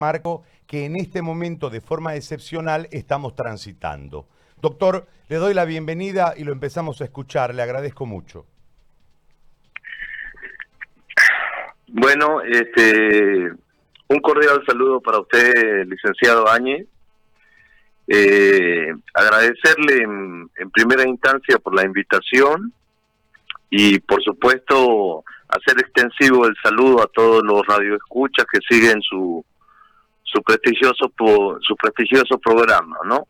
marco que en este momento de forma excepcional estamos transitando. Doctor, le doy la bienvenida y lo empezamos a escuchar, le agradezco mucho. Bueno, un cordial saludo para usted, licenciado Áñez. Agradecerle en primera instancia por la invitación y por supuesto hacer extensivo el saludo a todos los radioescuchas que siguen su prestigioso programa, ¿no?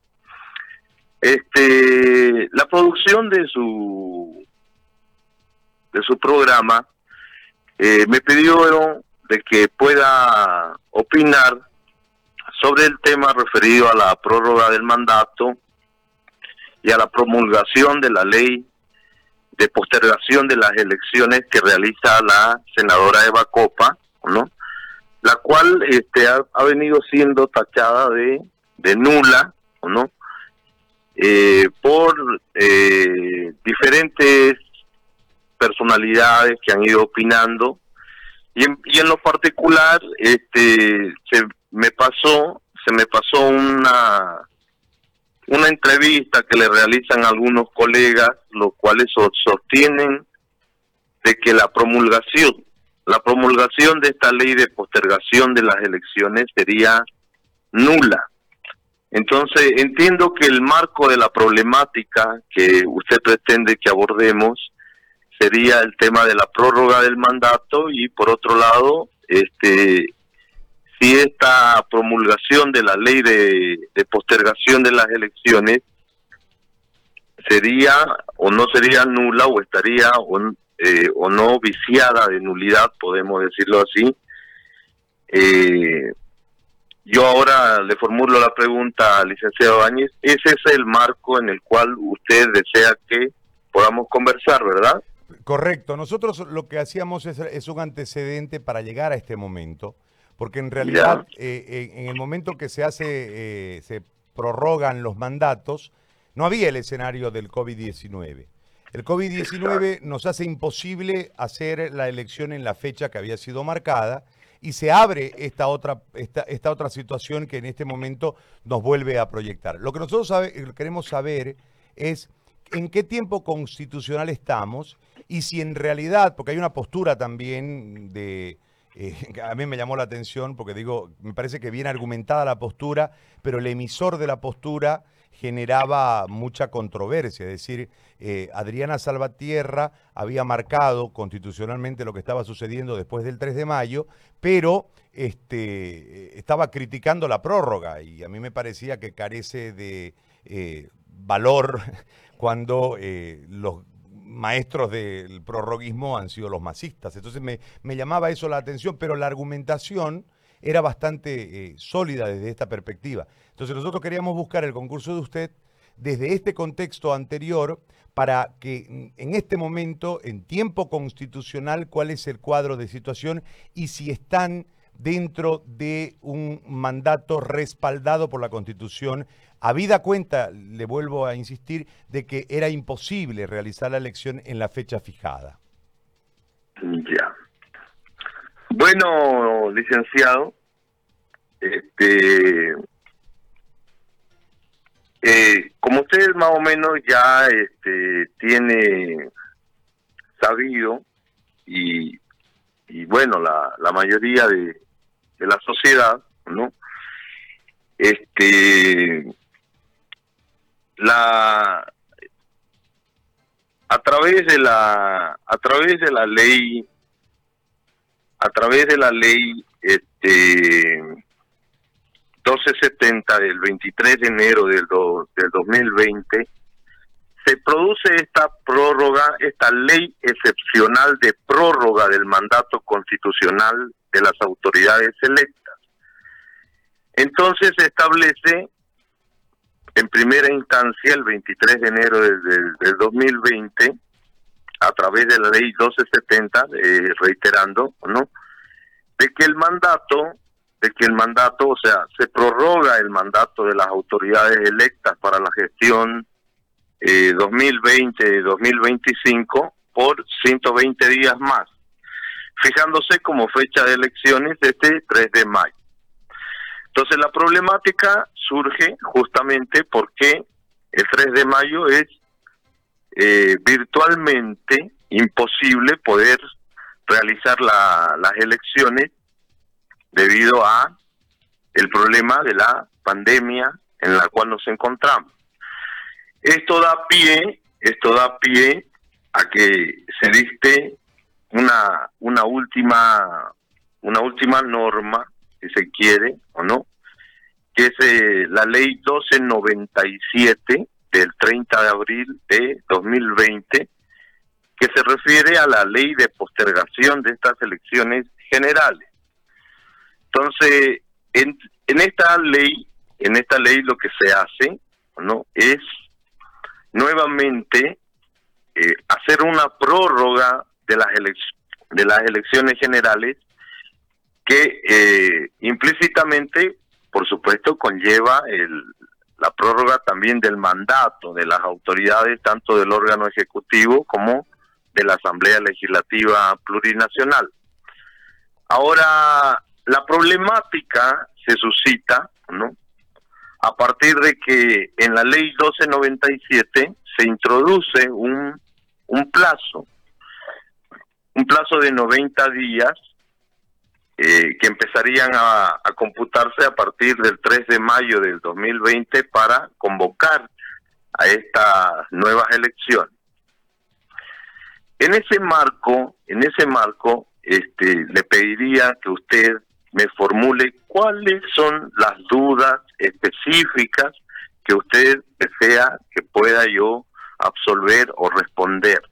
La producción de su programa me pidió de que pueda opinar sobre el tema referido a la prórroga del mandato y a la promulgación de la ley de postergación de las elecciones que realiza la senadora Eva Copa, ¿no? La cual ha venido siendo tachada de nula, ¿no? Por diferentes personalidades que han ido opinando y en lo particular se me pasó una entrevista que le realizan algunos colegas, los cuales sostienen de que la promulgación de esta ley de postergación de las elecciones sería nula. Entonces entiendo que el marco de la problemática que usted pretende que abordemos sería el tema de la prórroga del mandato y por otro lado, si esta promulgación de la ley de postergación de las elecciones sería o no sería nula o estaría o no viciada de nulidad, podemos decirlo así. Yo ahora le formulo la pregunta, licenciado Áñez, ese es el marco en el cual usted desea que podamos conversar, ¿verdad? Correcto, nosotros lo que hacíamos es un antecedente para llegar a este momento, porque en realidad en el momento que se prorrogan los mandatos, no había el escenario del COVID-19. El COVID-19 nos hace imposible hacer la elección en la fecha que había sido marcada y se abre esta otra situación que en este momento nos vuelve a proyectar. Lo que nosotros queremos saber es en qué tiempo constitucional estamos y si en realidad, porque hay una postura también a mí me llamó la atención porque me parece que bien argumentada la postura, pero el emisor de la postura generaba mucha controversia, es decir, Adriana Salvatierra había marcado constitucionalmente lo que estaba sucediendo después del 3 de mayo, pero estaba criticando la prórroga y a mí me parecía que carece de valor cuando los maestros del prorroguismo han sido los masistas. Entonces me llamaba eso la atención, pero la argumentación era bastante sólida desde esta perspectiva. Entonces nosotros queríamos buscar el concurso de usted desde este contexto anterior para que en este momento, en tiempo constitucional, cuál es el cuadro de situación y si están dentro de un mandato respaldado por la Constitución, habida cuenta, le vuelvo a insistir, de que era imposible realizar la elección en la fecha fijada. Ya. Bueno, licenciado, como usted más o menos ya tiene sabido y bueno, la mayoría de la sociedad, ¿no? A través de la ley 1270 del 23 de enero del 2020 se produce esta ley excepcional de prórroga del mandato constitucional de las autoridades electas. Entonces se establece en primera instancia el 23 de enero del 2020 a través de la ley 1270, reiterando, ¿no?, de que el mandato, o sea, se prorroga el mandato de las autoridades electas para la gestión 2020-2025 por 120 días más, fijándose como fecha de elecciones este 3 de mayo. Entonces la problemática surge justamente porque el 3 de mayo es virtualmente imposible poder realizar las elecciones debido a el problema de la pandemia en la cual nos encontramos. Esto da pie a que se dicte una última norma, si se quiere o no, que es la ley 1297 del 30 de abril de 2020, que se refiere a la ley de postergación de estas elecciones generales. Entonces, en esta ley lo que se hace, ¿no?, es nuevamente hacer una prórroga de las elecciones generales que implícitamente, por supuesto, conlleva la prórroga también del mandato de las autoridades, tanto del órgano ejecutivo como de la Asamblea Legislativa Plurinacional. Ahora, la problemática se suscita, ¿no?, a partir de que en la ley 1297 se introduce un plazo de 90 días que empezarían a computarse a partir del 3 de mayo del 2020 para convocar a estas nuevas elecciones. En ese marco, le pediría que usted me formule cuáles son las dudas específicas que usted desea que pueda yo absolver o responder.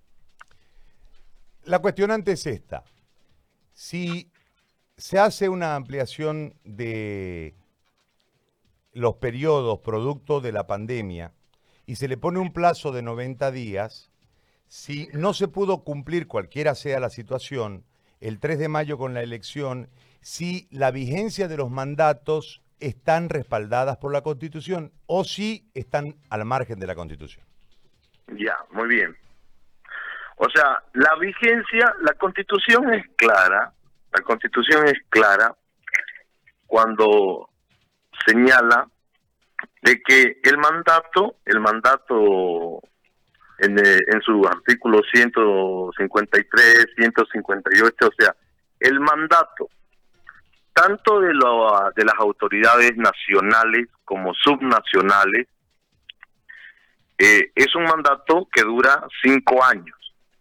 La cuestionante es esta. Si se hace una ampliación de los periodos producto de la pandemia y se le pone un plazo de 90 días, si no se pudo cumplir cualquiera sea la situación, el 3 de mayo con la elección, si la vigencia de los mandatos están respaldadas por la Constitución o si están al margen de la Constitución. Ya, muy bien. O sea, la vigencia, la Constitución es clara cuando señala de que el mandato en su artículo 153, 158, o sea, el mandato tanto de las autoridades nacionales como subnacionales es un mandato que dura 5 años.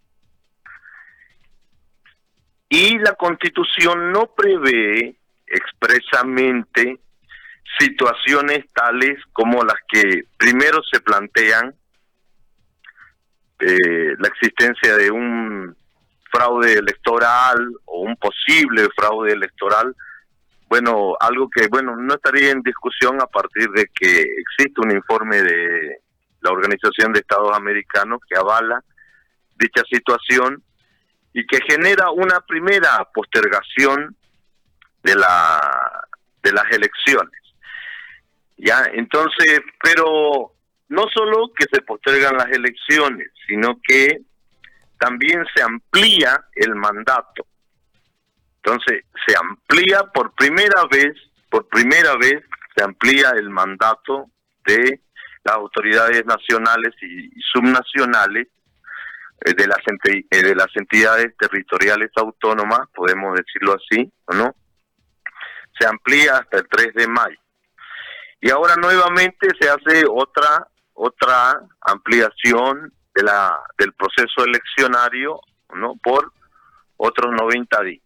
Y la Constitución no prevé expresamente situaciones tales como las que primero se plantean, la existencia de un fraude electoral o un posible fraude electoral. Bueno, algo que no estaría en discusión a partir de que existe un informe de la Organización de Estados Americanos que avala dicha situación y que genera una primera postergación de las elecciones. Ya, entonces, pero no solo que se postergan las elecciones, sino que también se amplía el mandato. Entonces, se amplía por primera vez se amplía el mandato de las autoridades nacionales y subnacionales, de las entidades territoriales autónomas, podemos decirlo así, ¿o no? Se amplía hasta el 3 de mayo. Y ahora nuevamente se hace otra ampliación del proceso eleccionario, ¿no?, por otros 90 días.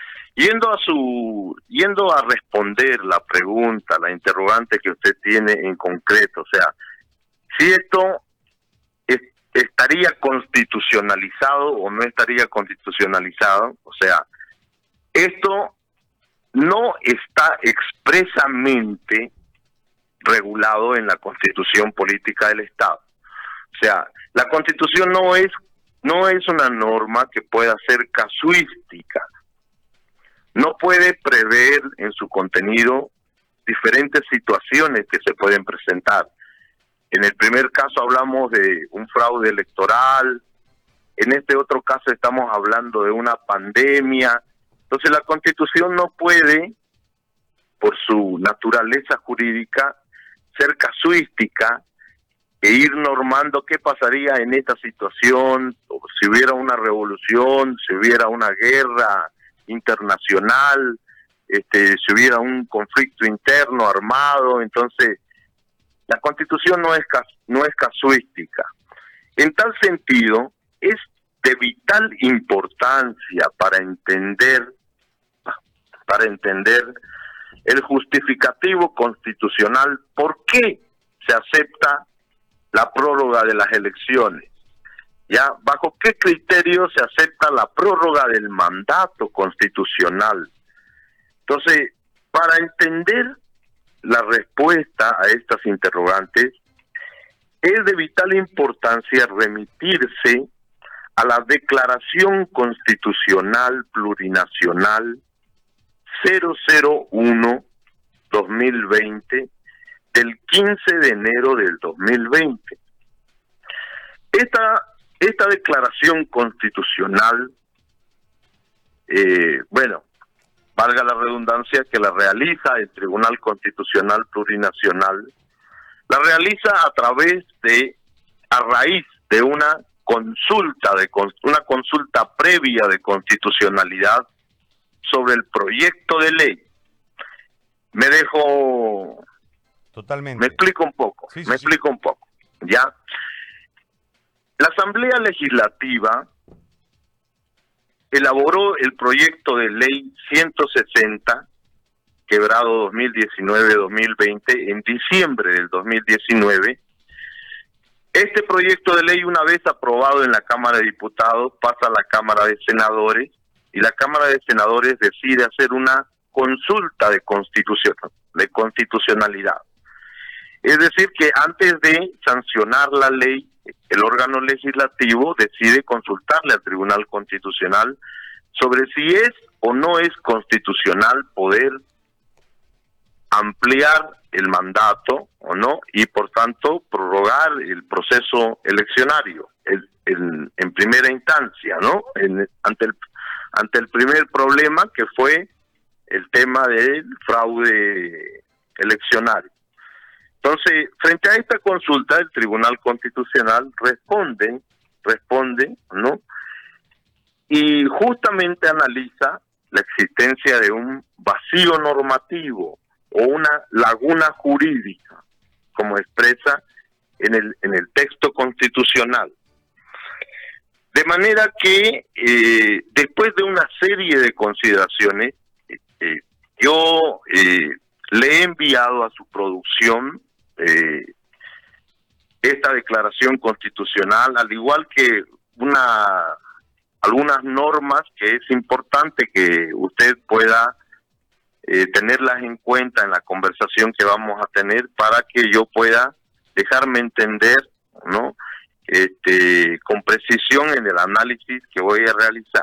Yendo a responder la pregunta, la interrogante que usted tiene en concreto, o sea, si esto estaría constitucionalizado o no estaría constitucionalizado, o sea, esto no está expresamente regulado en la Constitución Política del Estado. O sea, la Constitución no es una norma que pueda ser casuística. No puede prever en su contenido diferentes situaciones que se pueden presentar. En el primer caso hablamos de un fraude electoral, en este otro caso estamos hablando de una pandemia. Entonces la Constitución no puede por su naturaleza jurídica, ser casuística e ir normando qué pasaría en esta situación, o si hubiera una revolución, si hubiera una guerra internacional, si hubiera un conflicto interno armado. Entonces la Constitución no es casuística. En tal sentido, es de vital importancia para entender el justificativo constitucional por qué se acepta la prórroga de las elecciones. ¿Ya? ¿Bajo qué criterio se acepta la prórroga del mandato constitucional? Entonces, para entender la respuesta a estas interrogantes, es de vital importancia remitirse a la Declaración Constitucional Plurinacional 001-2020 del 15 de enero del 2020. Esta declaración constitucional, valga la redundancia, que la realiza el Tribunal Constitucional Plurinacional, la realiza a raíz de una consulta previa de constitucionalidad sobre el proyecto de ley. Totalmente. Me explico un poco, Sí. un poco, ¿ya? La Asamblea Legislativa elaboró el proyecto de ley 160, quebrado 2019-2020, en diciembre del 2019. Este proyecto de ley, una vez aprobado en la Cámara de Diputados, pasa a la Cámara de Senadores, y la Cámara de Senadores decide hacer una consulta de constitucionalidad. Es decir, que antes de sancionar la ley, el órgano legislativo decide consultarle al Tribunal Constitucional sobre si es o no es constitucional poder ampliar el mandato o no, y por tanto prorrogar el proceso eleccionario en primera instancia, ¿no? Ante el primer problema, que fue el tema del fraude eleccionario. Entonces, frente a esta consulta, el Tribunal Constitucional responde, ¿no? Y justamente analiza la existencia de un vacío normativo o una laguna jurídica, como expresa en el texto constitucional. De manera que, después de una serie de consideraciones, yo le he enviado a su producción esta declaración constitucional, al igual que algunas normas que es importante que usted pueda tenerlas en cuenta en la conversación que vamos a tener, para que yo pueda dejarme entender, ¿no?, con precisión en el análisis que voy a realizar.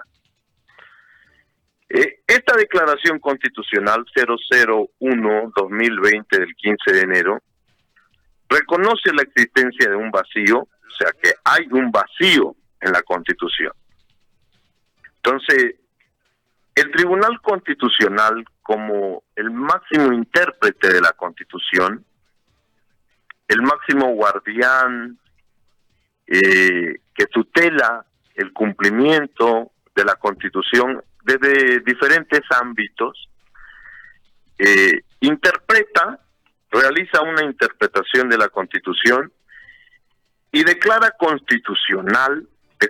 Esta declaración constitucional 001-2020 del 15 de enero reconoce la existencia de un vacío, o sea que hay un vacío en la Constitución. Entonces, el Tribunal Constitucional, como el máximo intérprete de la Constitución, el máximo guardián que tutela el cumplimiento de la Constitución desde diferentes ámbitos, realiza una interpretación de la Constitución y declara constitucional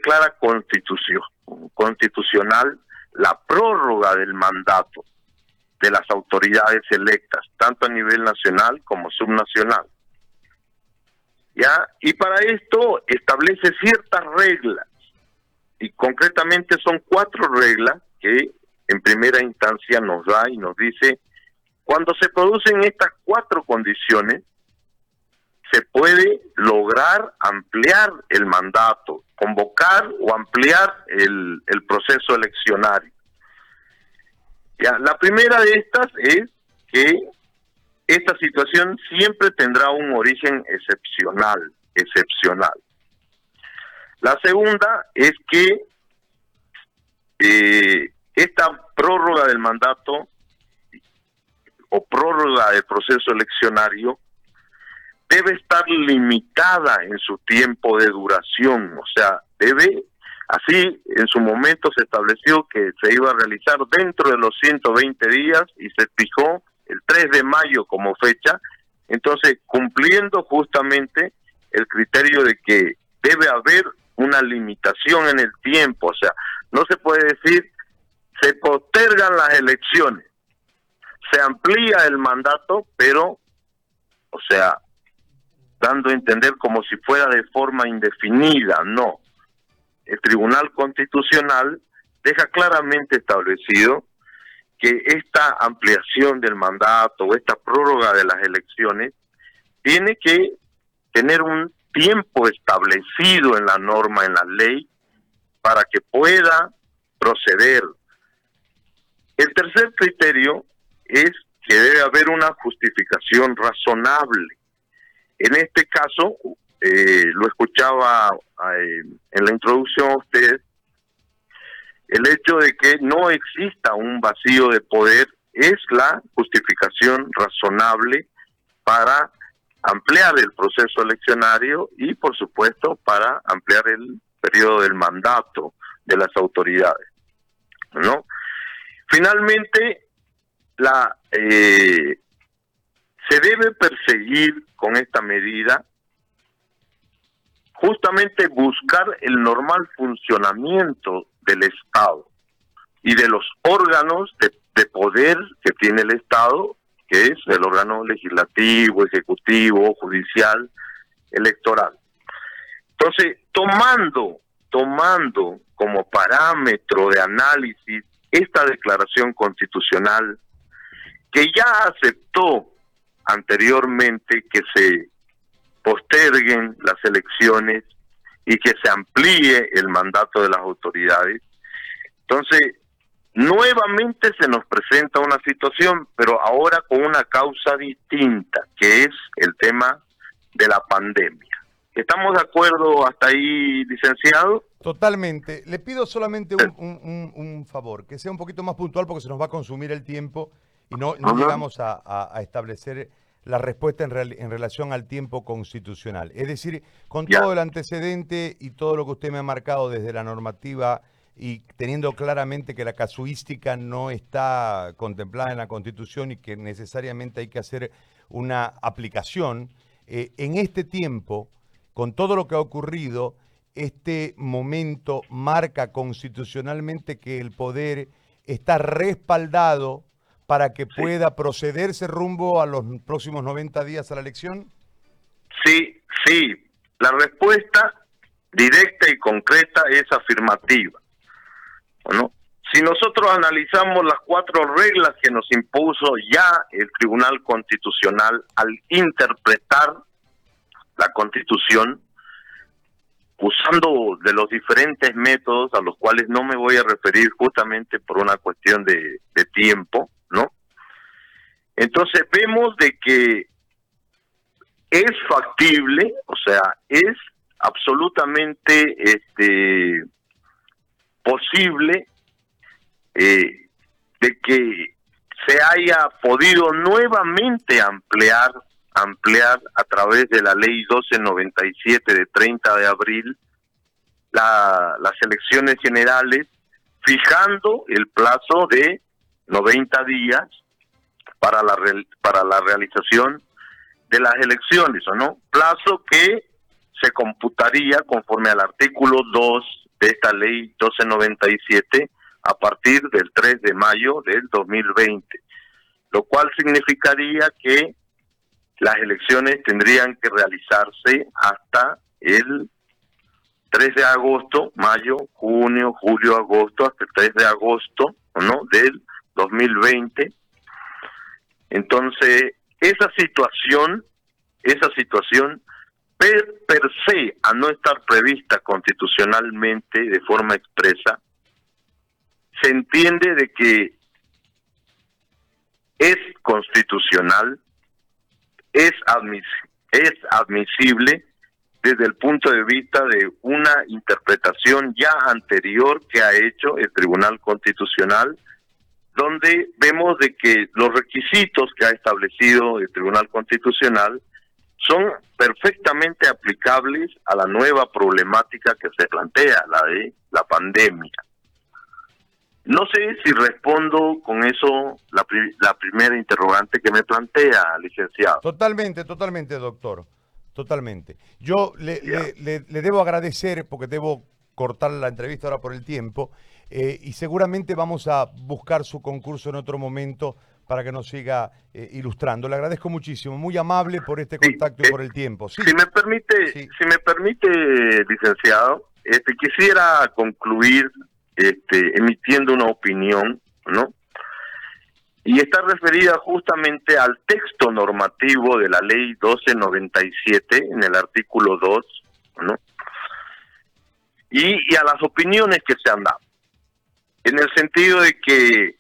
la prórroga del mandato de las autoridades electas, tanto a nivel nacional como subnacional. ¿Ya? Y para esto establece ciertas reglas, y concretamente son 4 reglas que en primera instancia nos da y nos dice: cuando se producen estas 4 condiciones, se puede lograr ampliar el mandato, convocar o ampliar el proceso eleccionario. Ya, la primera de estas es que esta situación siempre tendrá un origen excepcional. La segunda es que esta prórroga del mandato o prórroga del proceso eleccionario debe estar limitada en su tiempo de duración, o sea, así en su momento se estableció que se iba a realizar dentro de los 120 días y se fijó el 3 de mayo como fecha, entonces cumpliendo justamente el criterio de que debe haber una limitación en el tiempo, o sea, no se puede decir se postergan las elecciones, se amplía el mandato, pero, o sea, dando a entender como si fuera de forma indefinida, no. El Tribunal Constitucional deja claramente establecido que esta ampliación del mandato o esta prórroga de las elecciones tiene que tener un tiempo establecido en la norma, en la ley, para que pueda proceder. El tercer criterio es que debe haber una justificación razonable. En este caso, lo escuchaba en la introducción a usted, el hecho de que no exista un vacío de poder es la justificación razonable para ampliar el proceso eleccionario y, por supuesto, para ampliar el periodo del mandato de las autoridades, ¿no? Finalmente, se debe perseguir con esta medida justamente buscar el normal funcionamiento del Estado y de los órganos de poder que tiene el Estado, que es el órgano legislativo, ejecutivo, judicial, electoral. Entonces, tomando como parámetro de análisis esta declaración constitucional que ya aceptó anteriormente que se posterguen las elecciones y que se amplíe el mandato de las autoridades. Entonces, nuevamente se nos presenta una situación, pero ahora con una causa distinta, que es el tema de la pandemia. ¿Estamos de acuerdo hasta ahí, licenciado? Totalmente. Le pido solamente un favor, que sea un poquito más puntual porque se nos va a consumir el tiempo y no llegamos a establecer la respuesta en relación al tiempo constitucional. Es decir, con todo el antecedente y todo lo que usted me ha marcado desde la normativa y teniendo claramente que la casuística no está contemplada en la Constitución y que necesariamente hay que hacer una aplicación, en este tiempo, con todo lo que ha ocurrido, este momento marca constitucionalmente que el poder está respaldado para que pueda procederse rumbo a los próximos 90 días a la elección? Sí. La respuesta directa y concreta es afirmativa, ¿no? Si nosotros analizamos las 4 reglas que nos impuso ya el Tribunal Constitucional al interpretar la Constitución, usando de los diferentes métodos a los cuales no me voy a referir justamente por una cuestión de tiempo, ¿no? Entonces vemos de que es factible, o sea, es absolutamente posible de que se haya podido nuevamente ampliar a través de la ley 1297 de 30 de abril las elecciones generales, fijando el plazo de 90 días para la realización de las elecciones, ¿o no? Plazo que se computaría conforme al artículo 2 de esta ley 1297 a partir del 3 de mayo del 2020, lo cual significaría que las elecciones tendrían que realizarse hasta el 3 de agosto, mayo, junio, julio, agosto, hasta el 3 de agosto, ¿no?, del 2020. Entonces, esa situación per se, a no estar prevista constitucionalmente de forma expresa, se entiende de que es constitucional, es admisible desde el punto de vista de una interpretación ya anterior que ha hecho el Tribunal Constitucional donde vemos de que los requisitos que ha establecido el Tribunal Constitucional son perfectamente aplicables a la nueva problemática que se plantea, la de la pandemia. No sé si respondo con eso la primera interrogante que me plantea, licenciado. Totalmente, doctor. Totalmente. Yo le debo agradecer, porque debo cortar la entrevista ahora por el tiempo, y seguramente vamos a buscar su concurso en otro momento para que nos siga ilustrando. Le agradezco muchísimo, muy amable por este contacto y por el tiempo. Sí. Si me permite, licenciado, quisiera concluir emitiendo una opinión, ¿no? Y está referida justamente al texto normativo de la Ley 1297, en el artículo 2, ¿no? Y a las opiniones que se han dado, en el sentido de que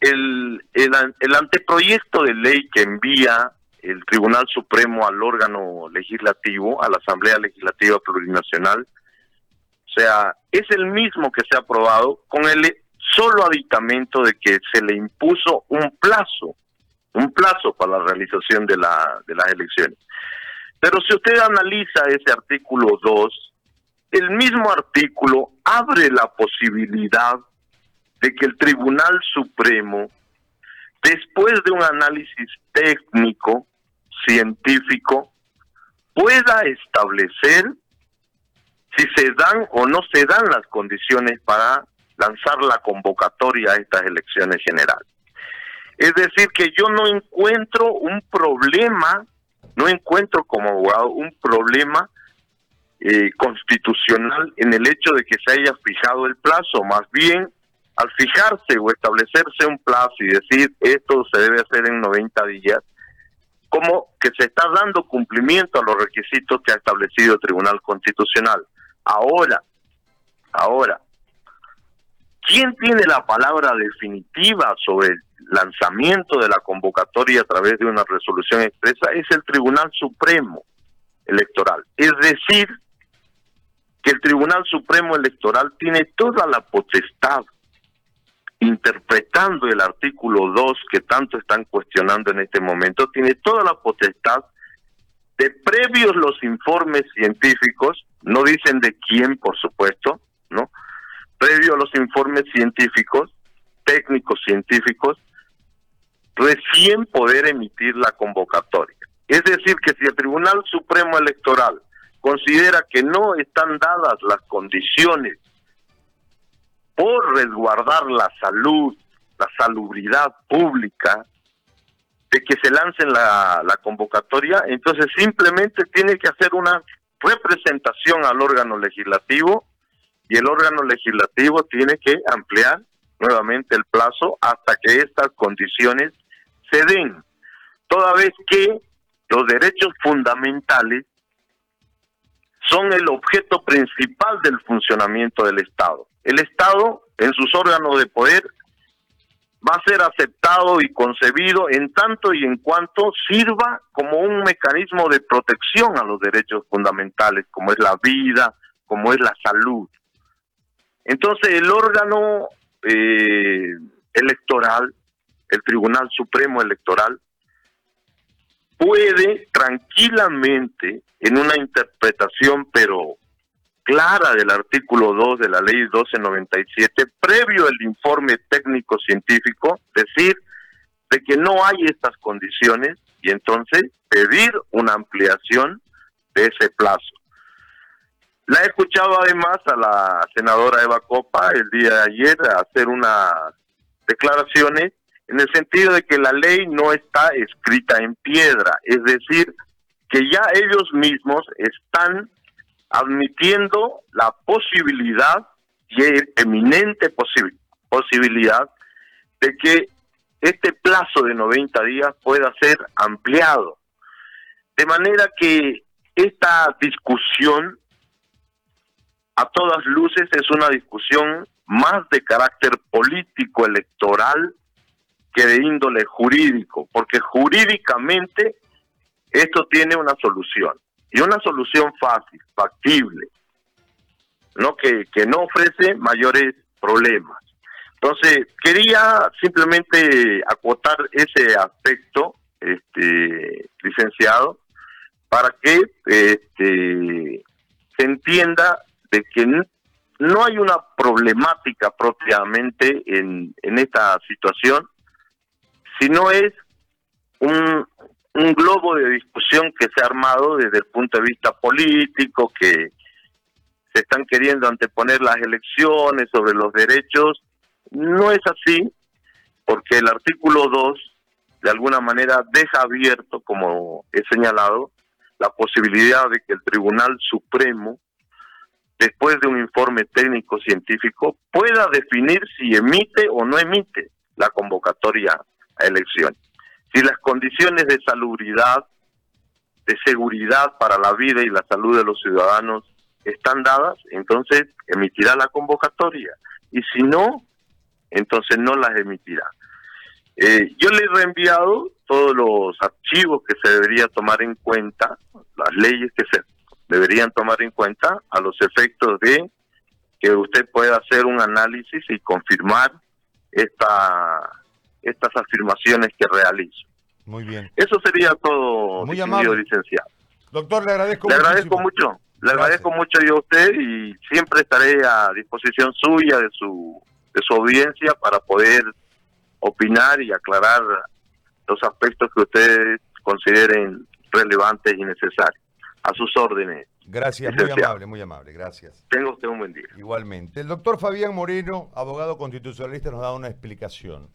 el anteproyecto de ley que envía el Tribunal Supremo al órgano legislativo, a la Asamblea Legislativa Plurinacional, o sea, es el mismo que se ha aprobado con el solo aditamento de que se le impuso un plazo para la realización de las elecciones. Pero si usted analiza ese artículo 2, el mismo artículo abre la posibilidad de que el Tribunal Supremo, después de un análisis técnico, científico, pueda establecer si se dan o no se dan las condiciones para lanzar la convocatoria a estas elecciones generales. Es decir, que yo no encuentro un problema, no encuentro como abogado un problema constitucional en el hecho de que se haya fijado el plazo. Más bien, al fijarse o establecerse un plazo y decir esto se debe hacer en 90 días, como que se está dando cumplimiento a los requisitos que ha establecido el Tribunal Constitucional. Ahora, ¿quién tiene la palabra definitiva sobre el lanzamiento de la convocatoria a través de una resolución expresa? Es el Tribunal Supremo Electoral. Es decir, que el Tribunal Supremo Electoral tiene toda la potestad, interpretando el artículo 2 que tanto están cuestionando en este momento, tiene toda la potestad de, previos los informes científicos, no dicen de quién, por supuesto, ¿no? Previo a los informes científicos, técnicos científicos, recién poder emitir la convocatoria. Es decir, que si el Tribunal Supremo Electoral considera que no están dadas las condiciones por resguardar la salud, la salubridad pública, de que se lancen la convocatoria, entonces simplemente tiene que hacer una representación al órgano legislativo, y el órgano legislativo tiene que ampliar nuevamente el plazo hasta que estas condiciones se den, toda vez que los derechos fundamentales son el objeto principal del funcionamiento del Estado. El Estado, en sus órganos de poder, va a ser aceptado y concebido en tanto y en cuanto sirva como un mecanismo de protección a los derechos fundamentales, como es la vida, como es la salud. Entonces el órgano electoral, el Tribunal Supremo Electoral, puede tranquilamente, en una interpretación pero clara del artículo 2 de la Ley 1297, previo el informe técnico científico, decir de que no hay estas condiciones y entonces pedir una ampliación de ese plazo. La he escuchado además a la senadora Eva Copa el día de ayer hacer unas declaraciones en el sentido de que la ley no está escrita en piedra, es decir, que ya ellos mismos están admitiendo la posibilidad, y eminente posibilidad, de que este plazo de 90 días pueda ser ampliado. De manera que esta discusión, a todas luces, es una discusión más de carácter político electoral que de índole jurídico, porque jurídicamente esto tiene una solución, y una solución fácil, factible, ¿no? Que no ofrece mayores problemas. Entonces, quería simplemente acotar ese aspecto, licenciado, para que se entienda de que no hay una problemática propiamente en esta situación, sino es un globo de discusión que se ha armado desde el punto de vista político, que se están queriendo anteponer las elecciones sobre los derechos. No es así, porque el artículo 2 de alguna manera deja abierto, como he señalado, la posibilidad de que el Tribunal Supremo, después de un informe técnico científico, pueda definir si emite o no emite la convocatoria a elecciones. Si las condiciones de salubridad, de seguridad para la vida y la salud de los ciudadanos están dadas, entonces emitirá la convocatoria. Y si no, entonces no las emitirá. Yo le he reenviado todos los archivos que se debería tomar en cuenta, las leyes que se deberían tomar en cuenta a los efectos de que usted pueda hacer un análisis y confirmar estas afirmaciones que realizo. Muy bien. Eso sería todo, muy distinguido licenciado. Doctor, le agradezco mucho. Le agradezco mucho yo a usted y siempre estaré a disposición suya, de su audiencia, para poder opinar y aclarar los aspectos que ustedes consideren relevantes y necesarios. A sus órdenes. Gracias, muy amable, gracias. Tenga usted un buen día. Igualmente. El doctor Fabián Moreno, abogado constitucionalista, nos da una explicación.